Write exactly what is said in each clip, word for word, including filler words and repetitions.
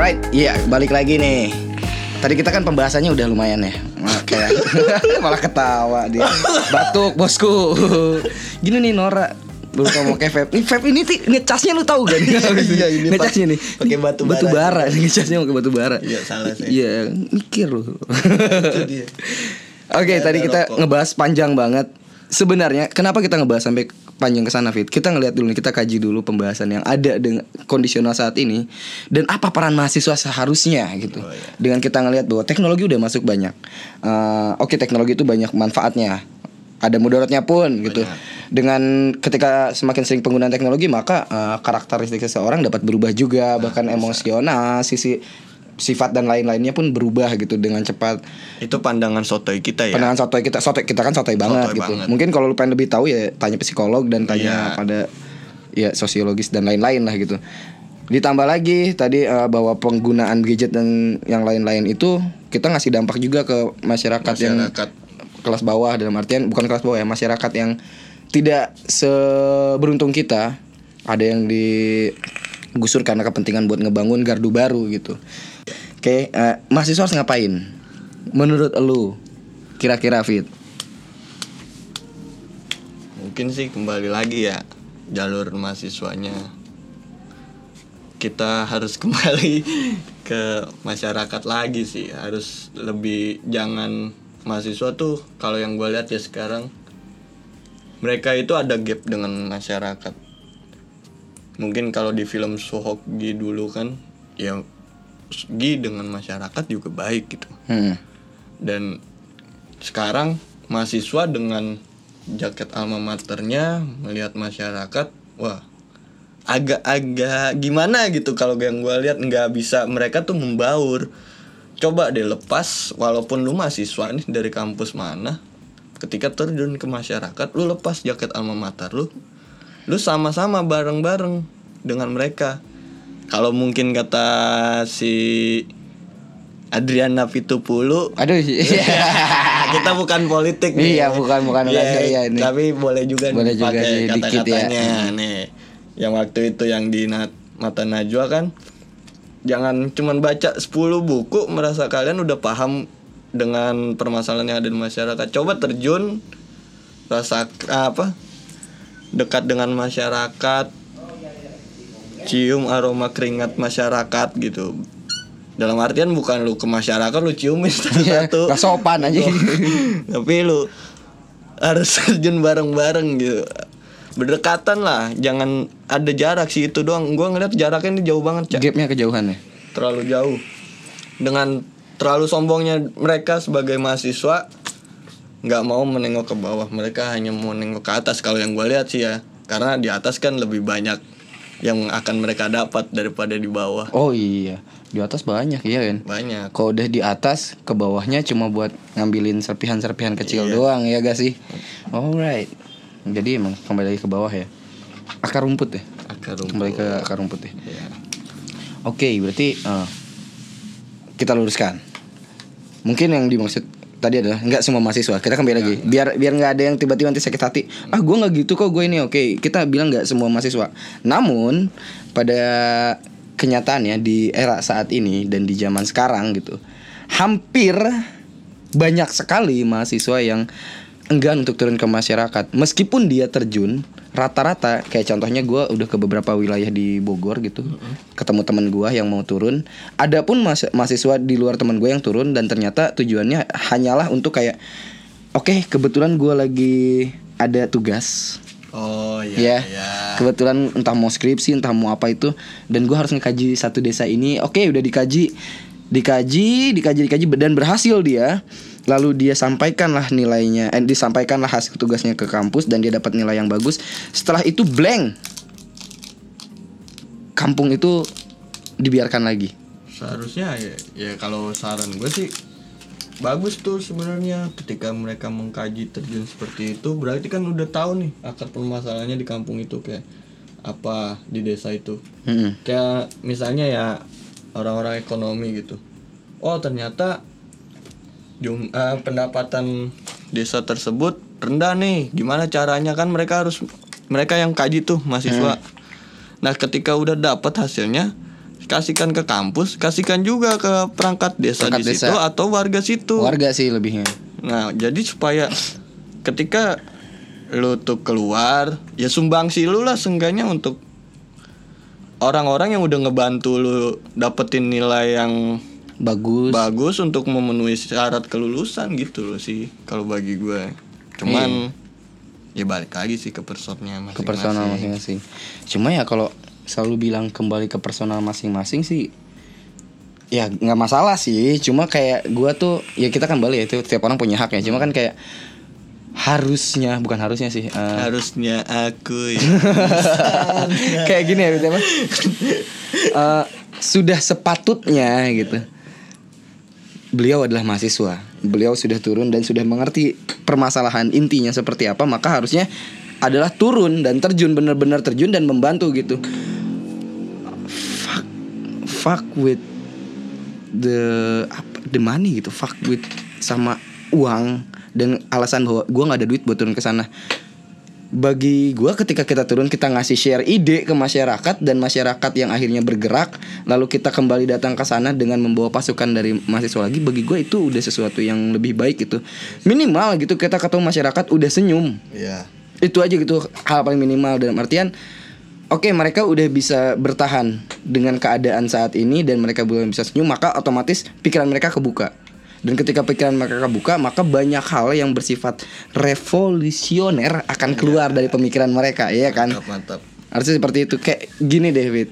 Alright, iya balik lagi nih. Tadi kita kan pembahasannya udah lumayan ya. Kayak malah ketawa dia. Batuk bosku. Gini nih Nora, lu ngomong kayak vape. Ini vape ini sih ngecasnya lu tahu gak nih? Iya ini ngecasnya nih. Pakai batu bara. Batu bara, ngecasnya pakai batu bara. Iya salah sih. Iya, mikir lu. Itu dia. Oke, tadi kita rokok. ngebahas panjang banget. Sebenarnya kenapa kita ngebahas sampai panjang ke sana, Fit? Kita ngelihat dulu nih, kita kaji dulu pembahasan yang ada dengan kondisional saat ini dan apa peran mahasiswa seharusnya gitu. Oh, iya. Dengan kita ngelihat bahwa teknologi udah masuk banyak. Uh, Oke, teknologi itu banyak manfaatnya. Ada mudaratnya pun gitu. Dengan ketika semakin sering penggunaan teknologi, maka uh, karakteristik seseorang dapat berubah juga, nah, bahkan bisa. Emosional, sisi sifat dan lain-lainnya pun berubah gitu dengan cepat. Itu pandangan sotoy kita ya. Pandangan sotoy kita, sotoy kita kan sotoy banget Sotoy gitu. banget. Mungkin kalau lu pengen lebih tahu ya tanya psikolog dan tanya Iya. pada ya sosiologis dan lain-lain lah gitu. Ditambah lagi tadi uh, bahwa penggunaan gadget dan yang lain-lain itu kita ngasih dampak juga ke masyarakat, Masyarakat. yang kelas bawah, dalam artian bukan kelas bawah ya, masyarakat yang tidak seberuntung kita. Ada yang digusur karena kepentingan buat ngebangun gardu baru gitu. Oke, okay, uh, mahasiswa harus ngapain? Menurut elu, kira-kira Fit? Mungkin sih kembali lagi ya jalur mahasiswanya. Kita harus kembali ke masyarakat lagi sih. Harus lebih, jangan mahasiswa tuh kalau yang gue lihat ya sekarang, mereka itu ada gap dengan masyarakat. Mungkin kalau di film Sohokgi dulu kan ya Gi dengan masyarakat juga baik gitu. Hmm. Dan sekarang mahasiswa dengan jaket alma maternya melihat masyarakat, wah agak-agak gimana gitu. Kalau yang gue lihat nggak bisa, mereka tuh membaur. Coba deh lepas, walaupun lu mahasiswa nih dari kampus mana, ketika terjun ke masyarakat, lu lepas jaket alma mater lu, lu sama-sama bareng-bareng dengan mereka. Kalau mungkin kata si Adriana Pitupulu, aduh, kita bukan politik nih. Iya, bukan bukan ya, iya ini. Tapi boleh juga boleh nih pakai kata-katanya ya. nih. Yang waktu itu yang di Mata Najwa kan, jangan cuman baca sepuluh buku merasa kalian udah paham dengan permasalahan yang ada di masyarakat. Coba terjun, rasa apa? Dekat dengan masyarakat, cium aroma keringat masyarakat gitu. Dalam artian bukan lu ke masyarakat lu ciumin satu-satu. Gak sopan aja. Tapi lu harus terjun bareng-bareng gitu. Berdekatan lah, jangan ada jarak sih, itu doang. Gua ngeliat jaraknya ini jauh banget, Cak. Gapnya kejauhan ya. Terlalu jauh. Dengan terlalu sombongnya mereka sebagai mahasiswa, nggak mau menengok ke bawah, mereka hanya mau nengok ke atas. Kalau yang gue lihat sih ya, karena di atas kan lebih banyak yang akan mereka dapat daripada di bawah. Oh iya, di atas banyak ya kan. Banyak. Kalau udah di atas, ke bawahnya cuma buat ngambilin serpihan-serpihan kecil Iya. doang ya gak sih. Alright. Jadi emang kembali lagi ke bawah ya. Akar rumput ya. Akar rumput. Kembali ke akar rumput ya. Iya. Oke, berarti uh, kita luruskan. Mungkin yang dimaksud tadi adalah nggak semua mahasiswa. Kita kembali lagi. Biar biar nggak ada yang tiba-tiba nanti sakit hati. Ah, gue nggak gitu kok, gue ini oke. Kita bilang nggak semua mahasiswa. Namun pada kenyataannya di era saat ini dan di zaman sekarang gitu, hampir banyak sekali mahasiswa yang enggan untuk turun ke masyarakat. Meskipun dia terjun, rata-rata kayak contohnya gue udah ke beberapa wilayah di Bogor gitu, mm-hmm. ketemu teman gue yang mau turun. Adapun mas- mahasiswa di luar teman gue yang turun dan ternyata tujuannya hanyalah untuk kayak, oke okay, kebetulan gue lagi ada tugas. Oh ya, iya, iya. Kebetulan entah mau skripsi, entah mau apa itu, dan gue harus ngekaji satu desa ini. Oke, okay, udah dikaji, dikaji, dikaji, dikaji dan berhasil dia. Lalu dia sampaikanlah nilainya, eh, disampaikanlah hasil tugasnya ke kampus dan dia dapat nilai yang bagus. Setelah itu blank, kampung itu dibiarkan lagi. Seharusnya ya, ya kalau saran gue sih bagus tuh sebenarnya ketika mereka mengkaji terjun seperti itu, berarti kan udah tahu nih akar permasalahannya di kampung itu kayak apa, di desa itu. Hmm. Kayak misalnya ya orang-orang ekonomi gitu. Oh ternyata Jum, uh, pendapatan desa tersebut rendah nih. Gimana caranya, kan mereka harus, mereka yang kaji tuh mahasiswa. Hmm. Nah, ketika udah dapat hasilnya, kasihkan ke kampus, kasihkan juga ke perangkat desa Perangkat di desa. situ atau warga situ. Warga sih lebihnya. Nah, jadi supaya ketika lu tuh keluar, ya sumbangsi lu lah seenggaknya untuk orang-orang yang udah ngebantu lu dapetin nilai yang Bagus. bagus untuk memenuhi syarat kelulusan gitu loh sih kalau bagi gue. Cuman ya balik lagi sih ke personnya masing-masing. Ke personal masing-masing. Cuma ya kalau selalu bilang kembali ke personal masing-masing sih, ya nggak masalah sih. Cuma kayak gua tuh, ya kita kan balik ya, itu tiap orang punya hak ya. Cuma kan kayak harusnya, bukan harusnya sih. eh, Harusnya aku ya. kayak gini ya, gitu apa? Eh, sudah sepatutnya gitu. Beliau adalah mahasiswa. Beliau sudah turun dan sudah mengerti permasalahan intinya seperti apa, maka harusnya adalah turun dan terjun, benar-benar terjun dan membantu gitu. Fuck, fuck with the apa, the money gitu. Fuck with sama uang dan alasan bahwa gue nggak ada duit buat turun ke sana. Bagi gue ketika kita turun, kita ngasih share ide ke masyarakat dan masyarakat yang akhirnya bergerak, lalu kita kembali datang ke sana dengan membawa pasukan dari mahasiswa lagi, bagi gue itu udah sesuatu yang lebih baik gitu. Minimal gitu kita ketemu masyarakat udah senyum. Iya. Itu aja gitu, hal paling minimal dalam artian oke, okay, mereka udah bisa bertahan dengan keadaan saat ini dan mereka belum bisa senyum, maka otomatis pikiran mereka kebuka. Dan ketika pikiran mereka kebuka, maka banyak hal yang bersifat revolusioner akan keluar dari pemikiran mereka, ya kan? Mantap, mantap. Harusnya seperti itu. Kayak gini, David.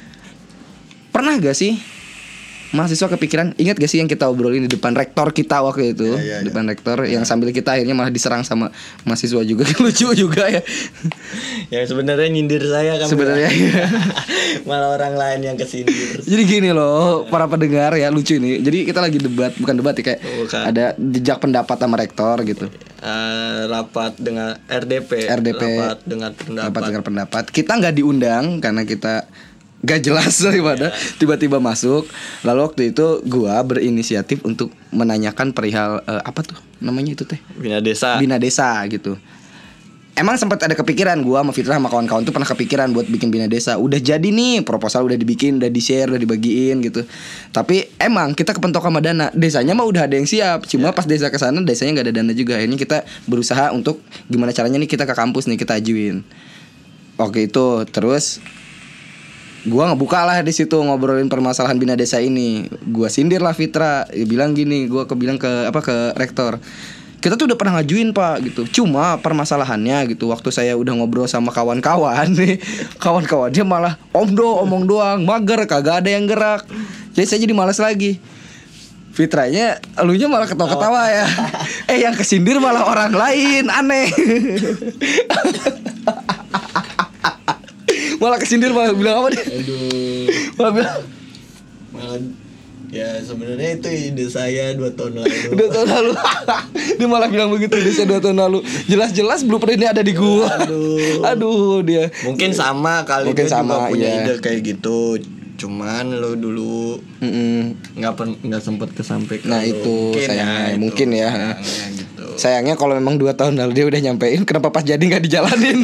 Pernah gak sih mahasiswa kepikiran, ingat gak sih yang kita obrolin di depan rektor kita waktu itu, ya, ya, ya. depan rektor, yang sambil kita akhirnya malah diserang sama mahasiswa juga. Lucu juga ya. Yang sebenarnya nyindir saya kan. Sebenarnya malah orang lain yang kesindir. jadi gini loh para pendengar ya, lucu ini. Jadi kita lagi debat, bukan debat ya, kayak Bukan. ada jejak pendapat sama rektor gitu. Uh, rapat dengan R D P, R D P, rapat dengan pendapat. Rapat dengan pendapat. Kita nggak diundang karena kita gak jelas daripada tiba-tiba masuk. Lalu waktu itu gua berinisiatif untuk menanyakan perihal uh, apa tuh namanya itu teh? Bina desa. Bina desa gitu. Emang sempat ada kepikiran, gua sama Fitra sama kawan-kawan tuh pernah kepikiran buat bikin bina desa. Udah jadi nih, proposal udah dibikin, udah di-share, udah dibagiin gitu. Tapi emang kita kepentok sama dana. Desanya mah udah ada yang siap. Cuma pas desa ke sana desanya enggak ada dana juga. Akhirnya kita berusaha untuk gimana caranya nih kita ke kampus nih kita ajuin. Oke itu, terus gua ngebuka lah di situ ngobrolin permasalahan bina desa ini. Gua sindir lah Fitra, dia bilang gini, gua kebilang ke apa ke rektor. Kita tuh udah pernah ngajuin Pak gitu. Cuma permasalahannya gitu, waktu saya udah ngobrol sama kawan-kawan nih, kawan-kawan dia malah omdo omong doang, mager, kagak ada yang gerak. Jadi saya jadi malas lagi. Fitranya, elunya malah ketawa-ketawa ya. Eh yang kesindir malah orang lain, aneh. Malah kesindir malah bilang apa dia? Aduh. Malah bilang Malah ya sebenarnya itu ide saya dua tahun lalu. Dua tahun lalu. Dia malah bilang begitu, ide saya dua tahun lalu. Jelas-jelas blueprint ini ada di gua. Aduh. Aduh dia. Mungkin sama kali Mungkin dia sama, juga punya iya. ide kayak gitu. Cuman lo dulu Mm-mm. nggak pen- nggak sempet kesampaikan. Nah lo. itu Mungkin sayangnya, ya, itu. mungkin ya. Sayangnya gitu. Sayangnya kalau memang dua tahun lalu dia udah nyampein, kenapa pas jadi nggak dijalanin?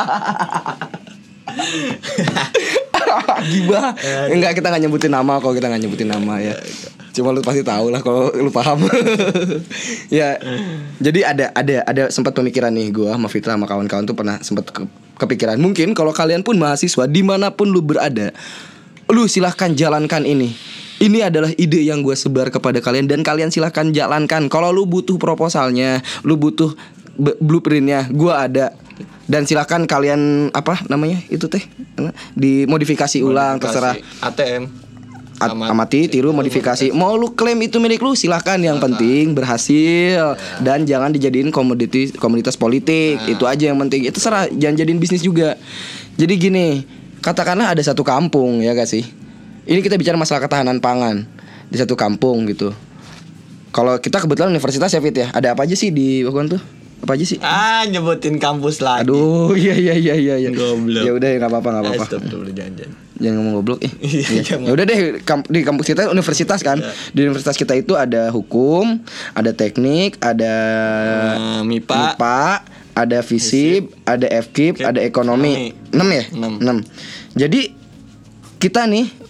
Gibah. Enggak, kita nggak nyebutin nama kok, kita nggak nyebutin nama ya. Cuma lu pasti tahu lah kalau lu paham. Ya. Jadi ada ada ada sempat pemikiran nih gua sama Fitra sama kawan-kawan tuh pernah sempat ke, kepikiran. Mungkin kalau kalian pun mahasiswa dimanapun lu berada, lu silahkan jalankan ini. Ini adalah ide yang gue sebar kepada kalian dan kalian silahkan jalankan. Kalau lu butuh proposalnya, lu butuh b- blueprintnya, gue ada. Dan silahkan kalian apa namanya itu teh dimodifikasi ulang, terserah. A T M. At- amati, tiru, modifikasi. Mau lu klaim itu milik lu silahkan. Yang penting berhasil dan jangan dijadiin komoditi komoditas politik. Itu aja yang penting. Itu terserah, jangan jadiin bisnis juga. Jadi gini, katakanlah ada satu kampung ya gak sih? Ini kita bicara masalah ketahanan pangan di satu kampung gitu. Kalau kita kebetulan universitas ya Fit ya, ada apa aja sih di Bogor tuh? Apa aja sih? Ah, nyebutin kampus lagi. Aduh, iya iya iya iya. iya. Goblok. Ya udah ya enggak apa-apa enggak apa-apa. Eh, stop dulu jangan-jangan. Jangan ngomong goblok eh. Iya, Ya udah deh, kamp- di kampus kita universitas kan. Di universitas kita itu ada hukum, ada teknik, ada Eh, MIPA. MIPA, ada FISIP, ada F K I P, F K I P, ada ekonomi. ekonomi. enam ya? Enam. enam. Jadi kita nih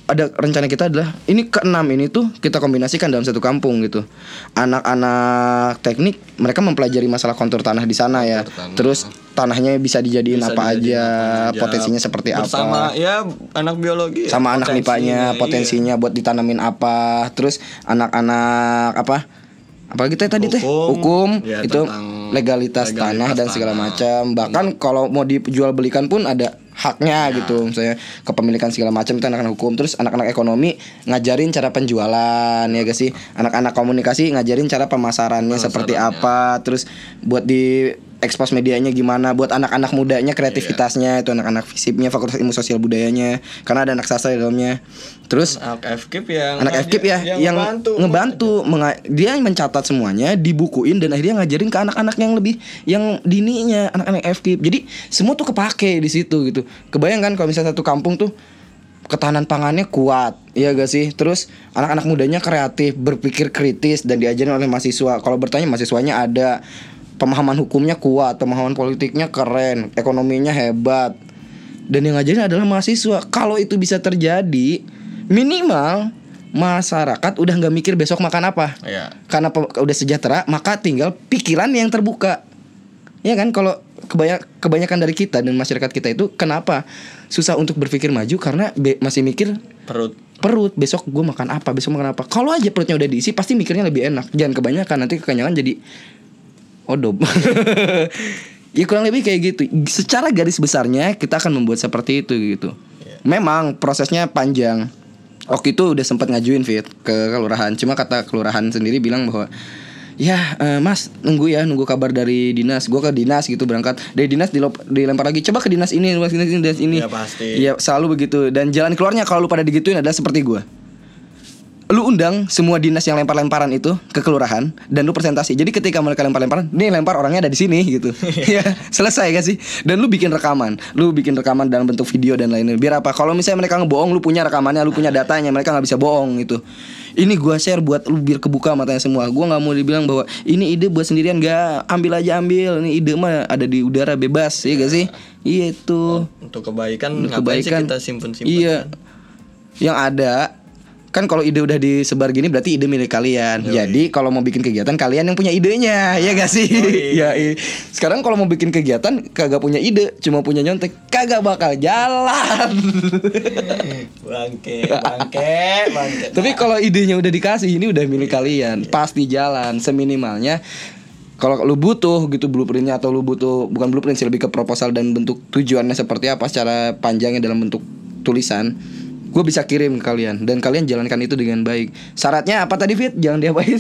ada rencana kita adalah ini keenam ini tuh kita kombinasikan dalam satu kampung gitu. Anak-anak teknik mereka mempelajari masalah kontur tanah di sana ya. Tanah. Terus tanahnya bisa dijadiin Bisa apa dijadiin aja, apa aja, potensinya seperti bersama apa. ya anak biologi Sama anak mipanya, iya. potensinya buat ditanamin apa. Terus anak-anak apa? Apa kita tadi teh? Hukum. Hukum Ya, itu tentang legalitas, legalitas tanah dan segala tanah. macam. Bahkan kalau mau dijual belikan pun ada haknya Ya. gitu. Misalnya kepemilikan segala macam itu anak-anak hukum. Terus anak-anak ekonomi ngajarin cara penjualan ya guys sih. Anak-anak komunikasi ngajarin cara pemasarannya seperti Pemasarannya. apa. Terus buat di expose medianya gimana, buat anak-anak mudanya kreativitasnya itu anak-anak FISIP-nya, Fakultas Ilmu Sosial Budayanya, karena ada anak sastra di dalamnya. Terus anak F K I P yang anak F K I P ya yang, ngebantu, ngebantu menga- dia mencatat semuanya, dibukuin dan akhirnya ngajarin ke anak-anak yang lebih yang dininya, anak-anak F K I P. Jadi semua tuh kepake di situ gitu. Kebayang kan kalau misalnya satu kampung tuh ketahanan pangannya kuat, iya gak sih? Terus anak-anak mudanya kreatif, berpikir kritis dan diajarin oleh mahasiswa. Kalau bertanya mahasiswanya ada, pemahaman hukumnya kuat, pemahaman politiknya keren, ekonominya hebat. Dan yang ngajarin adalah mahasiswa. Kalau itu bisa terjadi, minimal masyarakat udah nggak mikir besok makan apa. Iya. Karena pe- udah sejahtera, maka tinggal pikiran yang terbuka. Ya kan, kalau kebaya- kebanyakan dari kita dan masyarakat kita itu kenapa susah untuk berpikir maju karena be- masih mikir Perut. perut, besok gue makan apa, besok makan apa. Kalau aja perutnya udah diisi pasti mikirnya lebih enak. Jangan kebanyakan, nanti kekenyangan jadi odob. Ya kurang lebih kayak gitu. Secara garis besarnya kita akan membuat seperti itu gitu. Memang prosesnya panjang. Waktu itu udah sempat ngajuin Fit ke kelurahan. Cuma kata kelurahan sendiri bilang bahwa ya eh, mas nunggu ya nunggu kabar dari dinas. Gue ke dinas gitu berangkat dari dinas dilop- dilempar lagi coba ke dinas ini dinas ini dinas ini. Ya, pasti. Iya selalu begitu. Dan jalan keluarnya kalau lu pada digituin adalah seperti gue. Lu undang semua dinas yang lempar-lemparan itu ke kelurahan dan lu presentasi. Jadi ketika mereka lempar-lemparan, nih lempar orangnya ada di sini gitu. Ya, selesai gak sih? Dan lu bikin rekaman. Lu bikin rekaman dalam bentuk video dan lain-lain. Biar apa? Kalau misalnya mereka ngebohong, lu punya rekamannya, lu punya datanya, mereka nggak bisa bohong gitu. Ini gua share buat lu biar kebuka matanya semua. Gua nggak mau dibilang bahwa ini ide buat sendirian, nggak. Ambil aja ambil. Ini ide mah ada di udara bebas, ya gak sih? Iya itu. Untuk kebaikan Untuk ngapain sih kebaikan. kita simpen-simpen? Iya. Yang ada kan kalau ide udah disebar gini berarti ide milik kalian. Yoi. Jadi kalau mau bikin kegiatan kalian yang punya idenya, ya gak sih? Ya, iya. Sekarang kalau mau bikin kegiatan kagak punya ide, cuma punya nyontek, kagak bakal jalan. Bangke, bangke, bangke. Tapi kalau idenya udah dikasih, ini udah milik kalian, pasti jalan seminimalnya. Kalau lu butuh gitu blueprintnya atau lu butuh bukan blueprint sih lebih ke proposal dan bentuk tujuannya seperti apa secara panjangnya dalam bentuk tulisan, gue bisa kirim ke kalian dan kalian jalankan itu dengan baik. Syaratnya apa tadi Fit? Jangan diapain.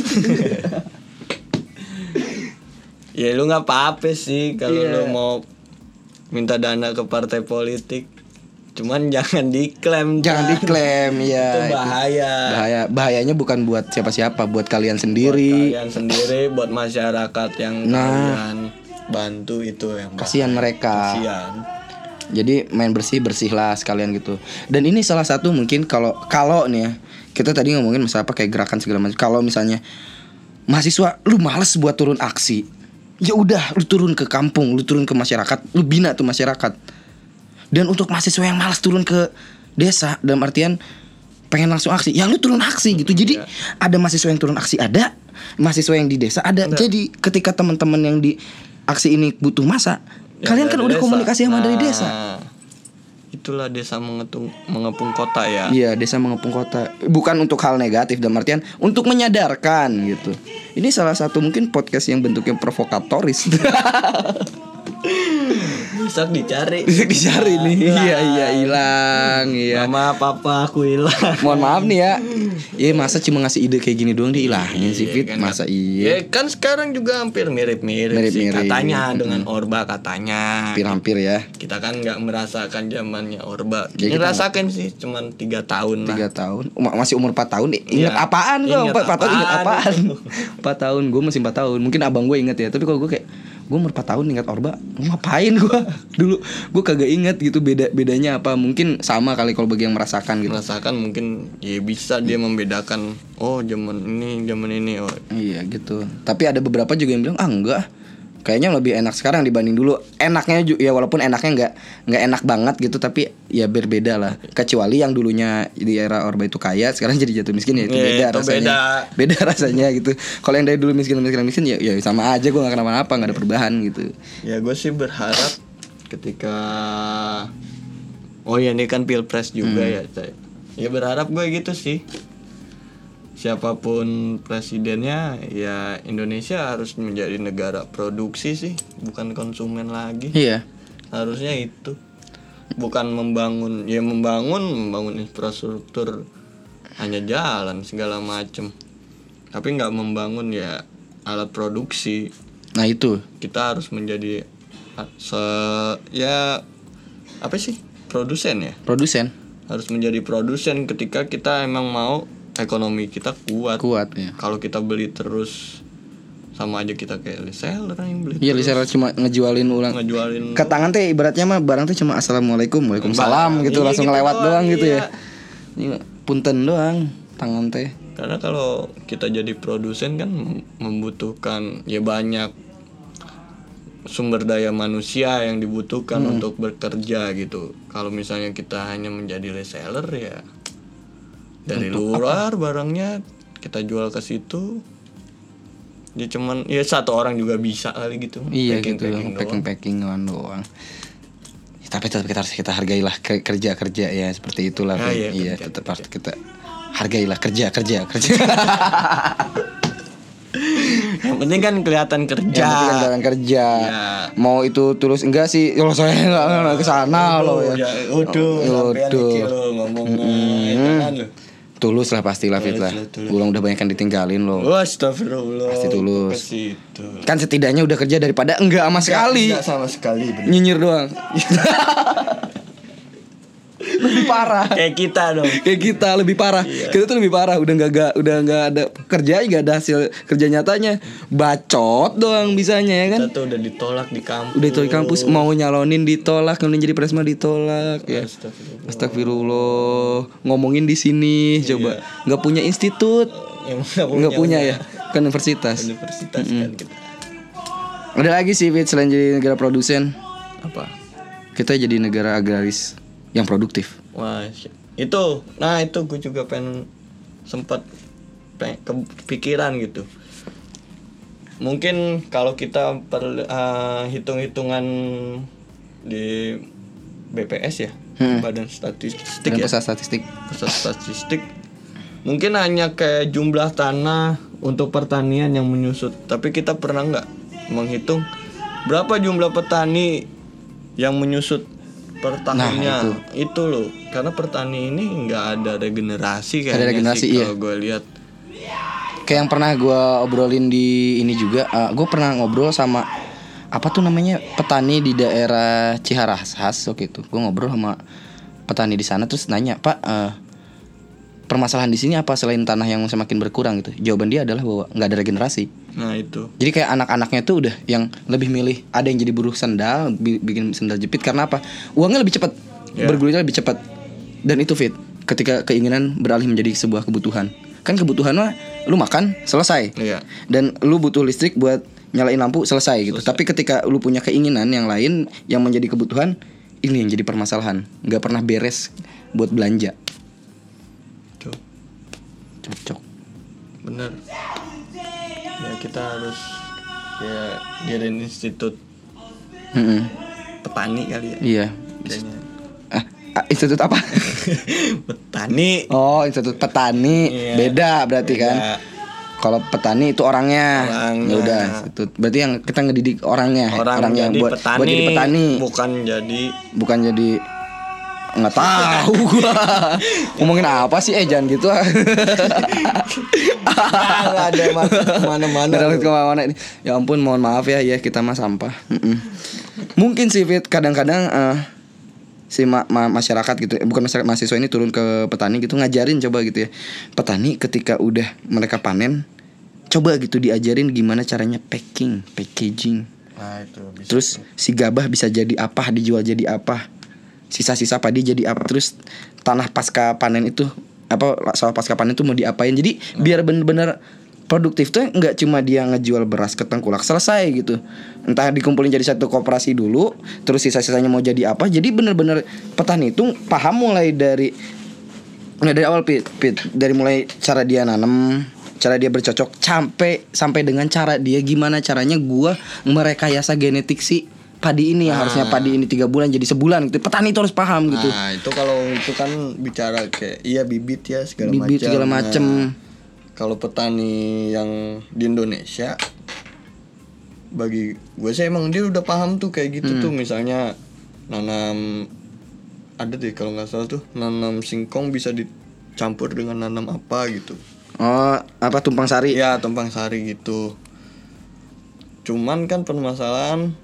Ya lu nggak apa-apa sih kalau Iya. lu mau minta dana ke partai politik. Cuman jangan diklaim. Jangan Tan. diklaim ya. Itu bahaya. Bahaya. Bahayanya bukan buat siapa-siapa, buat kalian sendiri. Buat kalian sendiri, buat masyarakat yang Nah. kalian bantu itu yang bahaya. Kasihan mereka. Kasihan. Jadi main bersih bersihlah sekalian gitu. Dan ini salah satu mungkin kalau kalau nih ya, kita tadi ngomongin masalah apa kayak gerakan segala macam. Kalau misalnya mahasiswa lu males buat turun aksi, ya udah lu turun ke kampung, lu turun ke masyarakat, lu bina tuh masyarakat. Dan untuk mahasiswa yang malas turun ke desa dalam artian pengen langsung aksi, ya lu turun aksi gitu. Jadi Iya. ada mahasiswa yang turun aksi ada, mahasiswa yang di desa ada. Ada. Jadi ketika teman-teman yang di aksi ini butuh masa, Ya, kalian kan dari udah desa. komunikasi sama dari Nah, desa. Itulah desa mengetung, mengepung kota ya. Iya, desa mengepung kota. Bukan untuk hal negatif dalam artian untuk menyadarkan gitu. Ini salah satu mungkin podcast yang bentuknya provokatoris. Bisa dicari. Bisa dicari nih. Hilang. Iya, iya hilang, iya. Mama papa aku hilang. Mohon maaf nih ya. Ya masa cuma ngasih ide kayak gini doang diilangin sih Fit. kan, Masa Ya iya. kan sekarang juga hampir mirip-mirip sih Mirip-mirip. katanya Mm-mm. dengan Orba katanya. Hampir-hampir ya. Kita kan nggak merasakan zamannya Orba. Ya, Kita kita rasakan sih cuman tiga tahun Tiga lah. tahun Ma- masih umur empat tahun. Ingat Iya. apaan gue? Ingat Empat tahun ingat apaan apaan? itu? Empat tahun gue masih empat tahun. Mungkin abang gue inget ya. Tapi kalau gue kayak gue umur empat tahun ingat Orba, ngapain gue dulu? Gue kagak inget gitu beda bedanya apa. Mungkin sama kali kalau bagi yang merasakan gitu. Merasakan mungkin ya bisa dia membedakan oh zaman ini zaman ini oh Iya gitu. Tapi ada beberapa juga yang bilang ah enggak, Kayaknya lebih enak sekarang dibanding dulu. Enaknya juga ya, walaupun enaknya nggak nggak enak banget gitu, tapi ya berbeda lah. Kecuali yang dulunya di era Orba itu kaya, sekarang jadi jatuh miskin ya itu Iya, beda itu rasanya. beda. Beda rasanya gitu. Kalau yang dari dulu miskin miskin miskin ya ya sama aja, gue nggak kenapa-napa, nggak ada perubahan gitu. Ya gue sih berharap ketika oh ya ini kan pilpres juga Hmm. ya, Cay. Ya berharap gue gitu sih. Siapapun presidennya, ya Indonesia harus menjadi negara produksi sih, bukan konsumen lagi. Iya. Harusnya itu. Bukan membangun, ya membangun membangun infrastruktur hanya jalan segala macem. Tapi nggak membangun ya alat produksi. Nah itu Kita harus menjadi ah, se ya apa sih? Produsen ya. produsen Harus menjadi produsen ketika kita emang mau ekonomi kita kuat. kuat ya. Kalau kita beli terus sama aja kita kayak reseller yang beli. Iya, terus, reseller cuma ngejualin ulang. ngejualin Ke tangan teh ibaratnya mah barang teh cuma assalamualaikum, waalaikumsalam Bah, gitu, iya langsung gitu ngelewat doang, doang gitu iya. ya. Ini punten doang tangan teh. Karena kalau kita jadi produsen kan membutuhkan ya banyak sumber daya manusia yang dibutuhkan Hmm. untuk bekerja gitu. Kalau misalnya kita hanya menjadi reseller ya dari luar barangnya kita jual ke situ. Ya cuman ya satu orang juga bisa kali gitu. Iya Packing- gitu, packing doang. packing packing doang doang. Ya, tapi tetap kita harus kita hargailah ke- kerja kerja ya seperti itulah. Ah, Fit. iya, iya kerja, tetap kerja. harus kita hargailah kerja kerja kerja. Yang penting kan kelihatan kerja. Yang penting kan dalam kerja. Iya. Mau itu tulus enggak sih? Kalau saya enggak enggak ke sana loh ya. Ya, udah, sampean Udah. iki lo ngomongnya, jangan lo. Tulus lah pastilah Fit lah. Tulus lah, tulus. Ulang udah banyak kan ditinggalin loh. Astagfirullah. Pasti tulus. Ke situ. Kan setidaknya udah kerja daripada enggak sama sekali. Enggak sama sekali. bener. Nyinyir doang. Lebih parah. Kayak kita dong. Kayak kita lebih parah. Iya. Kita tuh lebih parah. Udah nggak nggak udah nggak ada kerja, nggak ada hasil kerja nyatanya. Bacot doang bisanya ya kan. Kita tuh udah ditolak di kampus. Udah itu di kampus mau nyalonin ditolak, nyalonin jadi presma ditolak ya. Astagfirullah. Astagfirullah. Ngomongin di sini coba. Nggak punya institut. Yang Nggak punya ya. Kan universitas. Universitas kan kita. Ada lagi sih Fit, selain jadi negara produsen, Apa? kita jadi negara agraris yang produktif. Wah, sy- itu. Nah, itu gue juga pengen sempat pe- kepikiran gitu. Mungkin kalau kita per, eh, hitung-hitungan di B P S ya, Hmm. Badan Statistik Dan ya, pusat statistik. Pusat Statistik, mungkin hanya kayak jumlah tanah untuk pertanian yang menyusut. Tapi kita pernah nggak menghitung berapa jumlah petani yang menyusut per tahunnya? Nah, itu loh, karena petani ini nggak ada regenerasi kayaknya Ada regenerasi, sih iya. kalau gue lihat. Kayak yang pernah gue obrolin di ini juga, uh, gue pernah ngobrol sama apa tuh namanya petani di daerah Ciharas waktu itu. Gue ngobrol sama petani di sana terus nanya, Pak, uh, permasalahan di sini apa selain tanah yang semakin berkurang gitu? Jawaban dia adalah bahwa nggak ada regenerasi. Nah itu. Jadi kayak anak-anaknya tuh udah yang lebih milih ada yang jadi buruh sandal, bi- bikin sandal jepit karena apa? Uangnya lebih cepat, Ya. bergulirnya lebih cepat. Dan itu Fit, ketika keinginan beralih menjadi sebuah kebutuhan. Kan kebutuhan mah lu makan selesai. Iya. Dan lu butuh listrik buat nyalain lampu selesai gitu. Tapi ketika lu punya keinginan yang lain yang menjadi kebutuhan, ini yang jadi permasalahan. Nggak pernah beres buat belanja. Tuh, Cocok. bener. Ya kita harus ya jadiin institut Mm-mm. petani kali ya. Iya. Kayaknya. Ah, ah, institut apa? Petani. Oh, institut petani. Iya. Beda berarti Beda. kan. Kalau petani itu orangnya. Orangnya. Ya udah, institut. Berarti yang kita ngedidik orangnya, Orang yang jadi buat, petani, buat jadi petani, bukan jadi bukan jadi nggak tahu gua. Ngomongin apa sih? Eh jangan gitu ah. nggak ada masuk kemana-mana. Nggak ada masuk kemana-mana ini. Ya ampun, mohon maaf ya, ya kita mah sampah. Mm-mm. Mungkin sih Fit, kadang-kadang eh, si ma- ma- masyarakat gitu, bukan masyarakat, mahasiswa ini turun ke petani gitu, ngajarin coba gitu ya. Petani ketika udah mereka panen, coba gitu diajarin gimana caranya packing, packaging. Nah itu bisa. Terus si gabah bisa jadi apa, dijual jadi apa. Sisa-sisa padi jadi apa. Terus tanah pasca panen itu apa, sawah pasca panen itu mau diapain. Jadi biar bener-bener produktif tuh nggak cuma dia ngejual beras ke tengkulak selesai gitu. Entah dikumpulin jadi satu koperasi dulu, terus sisa-sisanya mau jadi apa. Jadi bener-bener petani itu paham mulai dari Nah dari awal pit, pit dari mulai cara dia nanam, cara dia bercocok, sampai sampai dengan cara dia gimana caranya gua merekayasa genetik si padi ini yang Ah. harusnya padi ini tiga bulan jadi sebulan gitu. Petani itu harus paham gitu. Nah itu kalau itu kan bicara kayak iya bibit ya segala macam. Bibit segala macem. Nah, kalau petani yang di Indonesia, bagi gue sih emang dia udah paham tuh kayak gitu Hmm. tuh, misalnya nanam ada deh kalau nggak salah tuh nanam singkong bisa dicampur dengan nanam apa gitu. Oh, apa tumpang sari? Iya tumpang sari gitu. Cuman kan permasalahan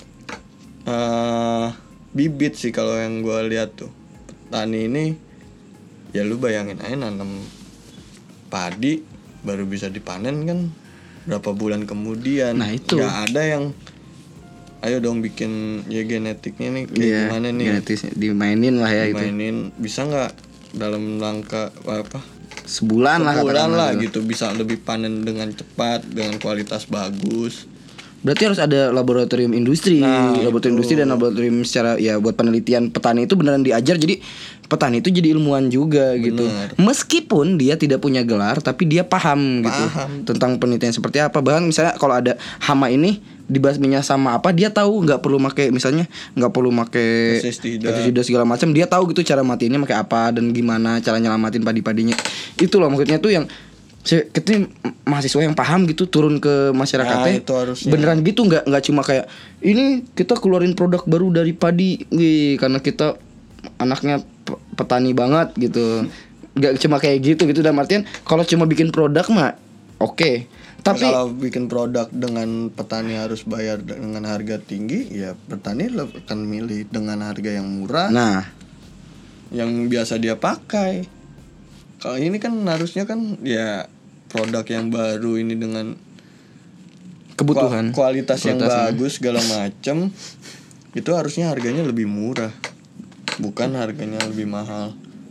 eh bibit sih kalau yang gue lihat tuh. Petani ini ya lu bayangin aja nanam padi baru bisa dipanen kan berapa bulan kemudian. Nah, itu. Gak ada yang ayo dong bikin ya genetiknya nih kayak Iya, gimana nih, genetis dimainin lah ya itu. dimainin bisa nggak dalam langkah apa Sebulan lah sebulan katakanlah lah gitu. gitu bisa lebih panen dengan cepat dengan kualitas bagus. Berarti harus ada laboratorium industri, Nah, laboratorium itu. industri dan laboratorium secara ya buat penelitian petani itu beneran diajar. Jadi petani itu jadi ilmuwan juga gitu. Bener. Meskipun dia tidak punya gelar, tapi dia paham, gitu Paham. tentang penelitian seperti apa. Bahkan misalnya kalau ada hama ini dibasminya sama apa, dia tahu nggak perlu make misalnya nggak perlu make Pestisida. pestisida segala macam. Dia tahu gitu cara matiinnya pakai apa dan gimana cara nyelamatin padi-padinya. Itu loh maksudnya tuh yang se- kita mahasiswa yang paham gitu turun ke masyarakatnya. Nah, itu harusnya. Beneran gitu, nggak nggak cuma kayak ini kita keluarin produk baru dari padi, wih, karena kita anaknya pe- petani banget gitu. Nggak cuma kayak gitu gitu. Dan artian kalau cuma bikin produk mah oke. Tapi kalau bikin produk dengan petani harus bayar dengan harga tinggi, ya petani le- akan milih dengan harga yang murah, nah yang biasa dia pakai. Kalau ini kan harusnya kan ya produk yang baru ini dengan kebutuhan kua- kualitas yang Kualitasnya. bagus segala macem, itu harusnya harganya lebih murah, bukan harganya lebih mahal.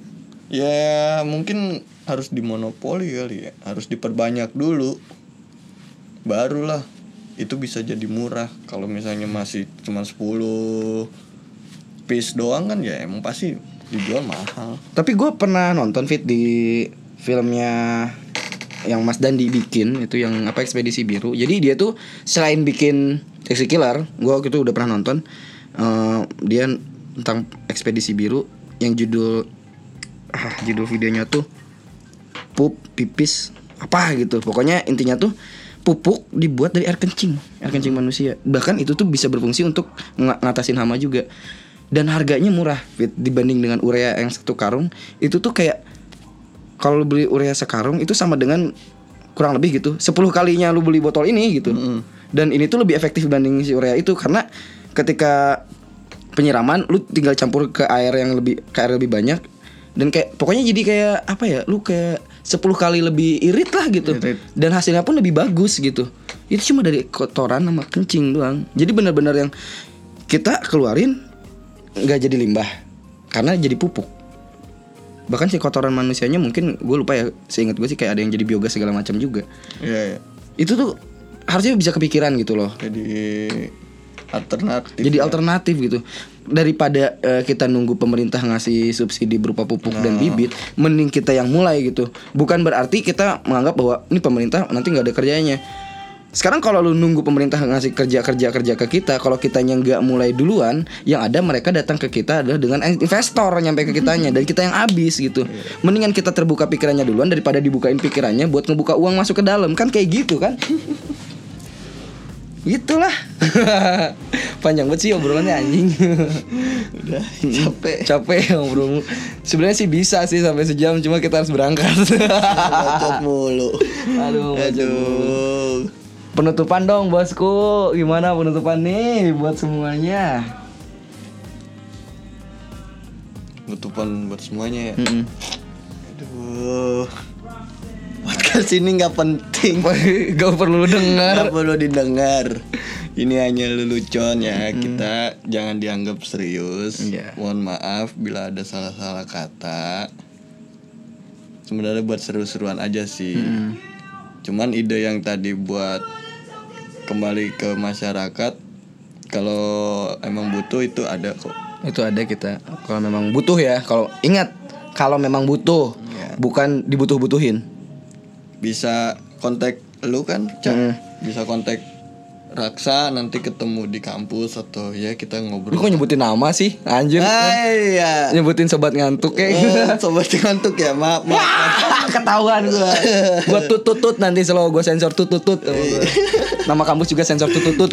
Ya mungkin harus dimonopoli kali ya, harus diperbanyak dulu, barulah itu bisa jadi murah. Kalau misalnya masih cuma sepuluh piece doang kan ya emang pasti dijual mahal. Tapi gue pernah nonton fit di filmnya yang Mas Dandi bikin itu yang apa Ekspedisi Biru. Jadi dia tuh selain bikin Taxi Killer, gue waktu itu udah pernah nonton eh, dia tentang Ekspedisi Biru yang judul ah, judul videonya tuh pup pipis apa gitu. Pokoknya intinya tuh pupuk dibuat dari air kencing, air kencing manusia. Bahkan itu tuh bisa berfungsi untuk ng- ngatasin hama juga. Dan harganya murah Fit, dibanding dengan urea yang satu karung. Itu tuh kayak kalau lu beli urea sekarung itu sama dengan kurang lebih gitu sepuluh kalinya lu beli botol ini gitu. Mm-mm. Dan ini tuh lebih efektif dibanding si urea itu, karena ketika penyiraman lu tinggal campur ke air yang lebih ke air lebih banyak. Dan kayak pokoknya jadi kayak apa ya, lu kayak sepuluh kali lebih irit lah gitu. Irit. Dan hasilnya pun lebih bagus gitu. Itu cuma dari kotoran sama kencing doang. Jadi benar-benar yang kita keluarin nggak jadi limbah, karena jadi pupuk. Bahkan si kotoran manusianya mungkin gue lupa ya, seingat gue sih kayak ada yang jadi biogas segala macam juga. Iya, ya. Itu tuh harusnya bisa kepikiran gitu loh. Jadi alternatif. Jadi ya. alternatif gitu. Daripada eh, kita nunggu pemerintah ngasih subsidi berupa pupuk dan bibit, mending kita yang mulai gitu. Bukan berarti kita menganggap bahwa ini pemerintah nanti nggak ada kerjanya. Sekarang kalau lu nunggu pemerintah ngasih kerja-kerja-kerja ke kita, kalau kitanya nggak mulai duluan, yang ada mereka datang ke kita adalah dengan investor nyampe ke kitanya, dan kita yang habis gitu. Mendingan kita terbuka pikirannya duluan daripada dibukain pikirannya buat ngebuka uang masuk ke dalam, kan kayak gitu kan? Gitulah. Panjang banget sih obrolannya anjing. Udah capek. Capek ngobrol. Sebenarnya sih bisa sih sampai sejam, cuma kita harus berangkat. Bacot mulu. Aduh, bacot mulu. Aduh. Penutupan dong bosku. Gimana penutupan nih buat semuanya? Penutupan buat semuanya ya. Mm-mm. Aduh. Podcast ini nggak penting. Gak perlu dengar. Nggak perlu didengar. Ini hanya lelucon ya. Kita jangan dianggap serius. Iya. Mohon maaf bila ada salah-salah kata. Sebenarnya buat seru-seruan aja sih. Mm. Cuman ide yang tadi buat kembali ke masyarakat, kalau emang butuh itu ada kok. Itu ada kita. Kalau memang butuh ya. Kalau ingat, kalau memang butuh, Ya. bukan dibutuh-butuhin. Bisa kontak lu kan, Cak? Mm. Bisa kontak Raksa, nanti ketemu di kampus atau ya kita Lu ngobrol. kok nyebutin nama sih? Anjir. Ah, iya. Nyebutin sobat ngantuk kayak gitu. Eh, sobat ngantuk ya, maaf, maaf. Ketahuan gua. Gua tutut-tut nanti selalu gua sensor tutut-tut. Nama kampus juga sensor tutut-tut.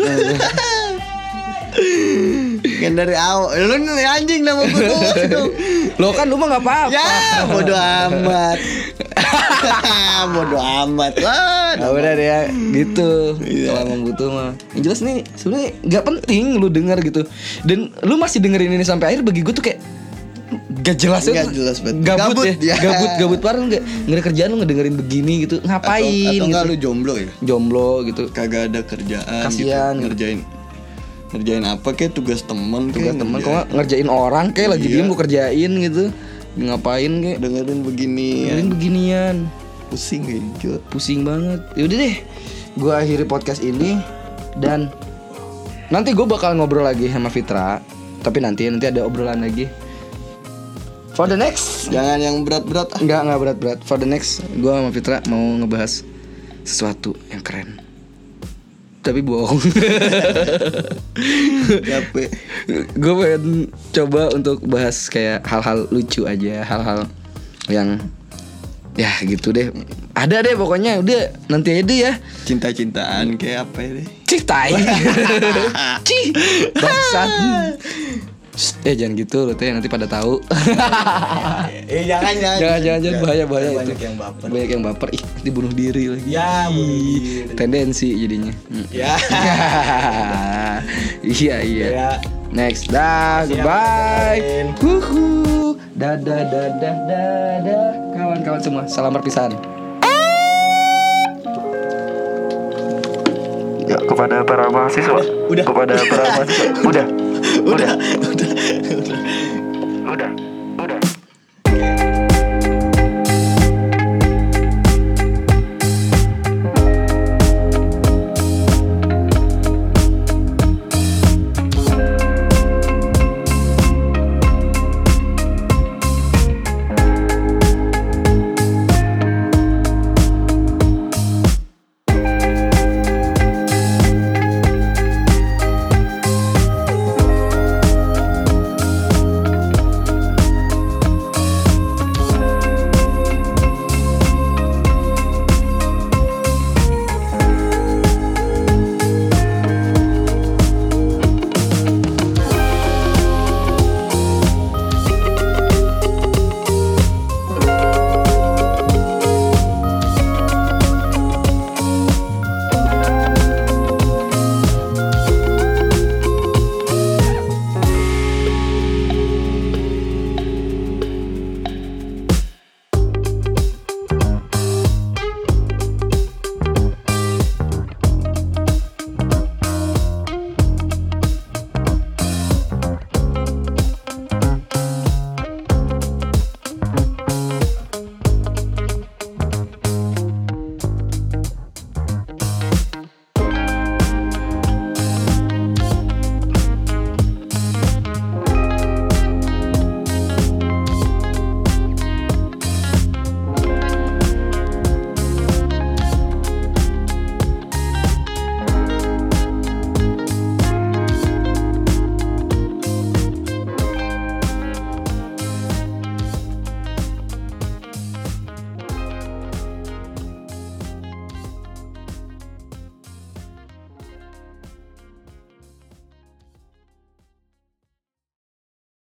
Kan dari awal lu nih anjing nama gue tuh. Lo kan lu mah enggak apa-apa. Ya, bodo amat. Bodo amat lah. Nah, udah deh ya, gitu. Iya. Kalau emang butuh mah. Yang jelas nih sebenarnya nggak penting lu denger gitu. Dan lu masih dengerin ini sampai akhir, bagi gue tuh kayak gak jelas ya. Nggak jelas, bet. Gabut, Gabut, ya. ya. Gabut, gabut parah nggak. Nggak ada kerjaan lu ngedengerin begini gitu. Ngapain Atau, atau enggak gitu. lu jomblo ya? Jomblo gitu. Kagak ada kerjaan Kasian. gitu. Ngerjain ngerjain apa kayak tugas temen Tugas kayak teman kok ngerjain. nggak ngerjain orang kayak lagi Iya. diem gua kerjain gitu. Ngapain kayak Dengerin begini ya. dengerin beginian. Pusing hijau. Pusing banget. Yaudah deh, gue akhiri podcast ini. Dan nanti gue bakal ngobrol lagi sama Fitra. Tapi nanti nanti ada obrolan lagi. For the next, Jangan yang berat-berat ah. enggak enggak berat-berat. For the next, gue sama Fitra mau ngebahas sesuatu yang keren. Tapi bohong. Capek. Gue pengen coba untuk bahas kayak hal-hal lucu aja, hal-hal yang ya gitu deh. Ada deh pokoknya, udah nanti aja deh ya. Cinta-cintaan kayak apa ya deh. Cih tai. Cih bangsat. Shh, eh jangan gitu loh teh, nanti pada tahu. Eh jangan jangan. Jangan jangan jangan bahaya bahaya itu. Banyak yang baper. Banyak yang baper. Ih, nanti bunuh diri lagi. Ya, bunuh Ih, diri. tendensi jadinya. Hmm. Ya. Iya iya. Ya. Next, dah, Siap, goodbye. dengerin. Huhu. Dadah dadah dadah. Kawan-kawan semua, salam perpisahan. Ya, kepada para mahasiswa. Udah. Kepada para mahasiswa. Udah. Udah, udah. Udah.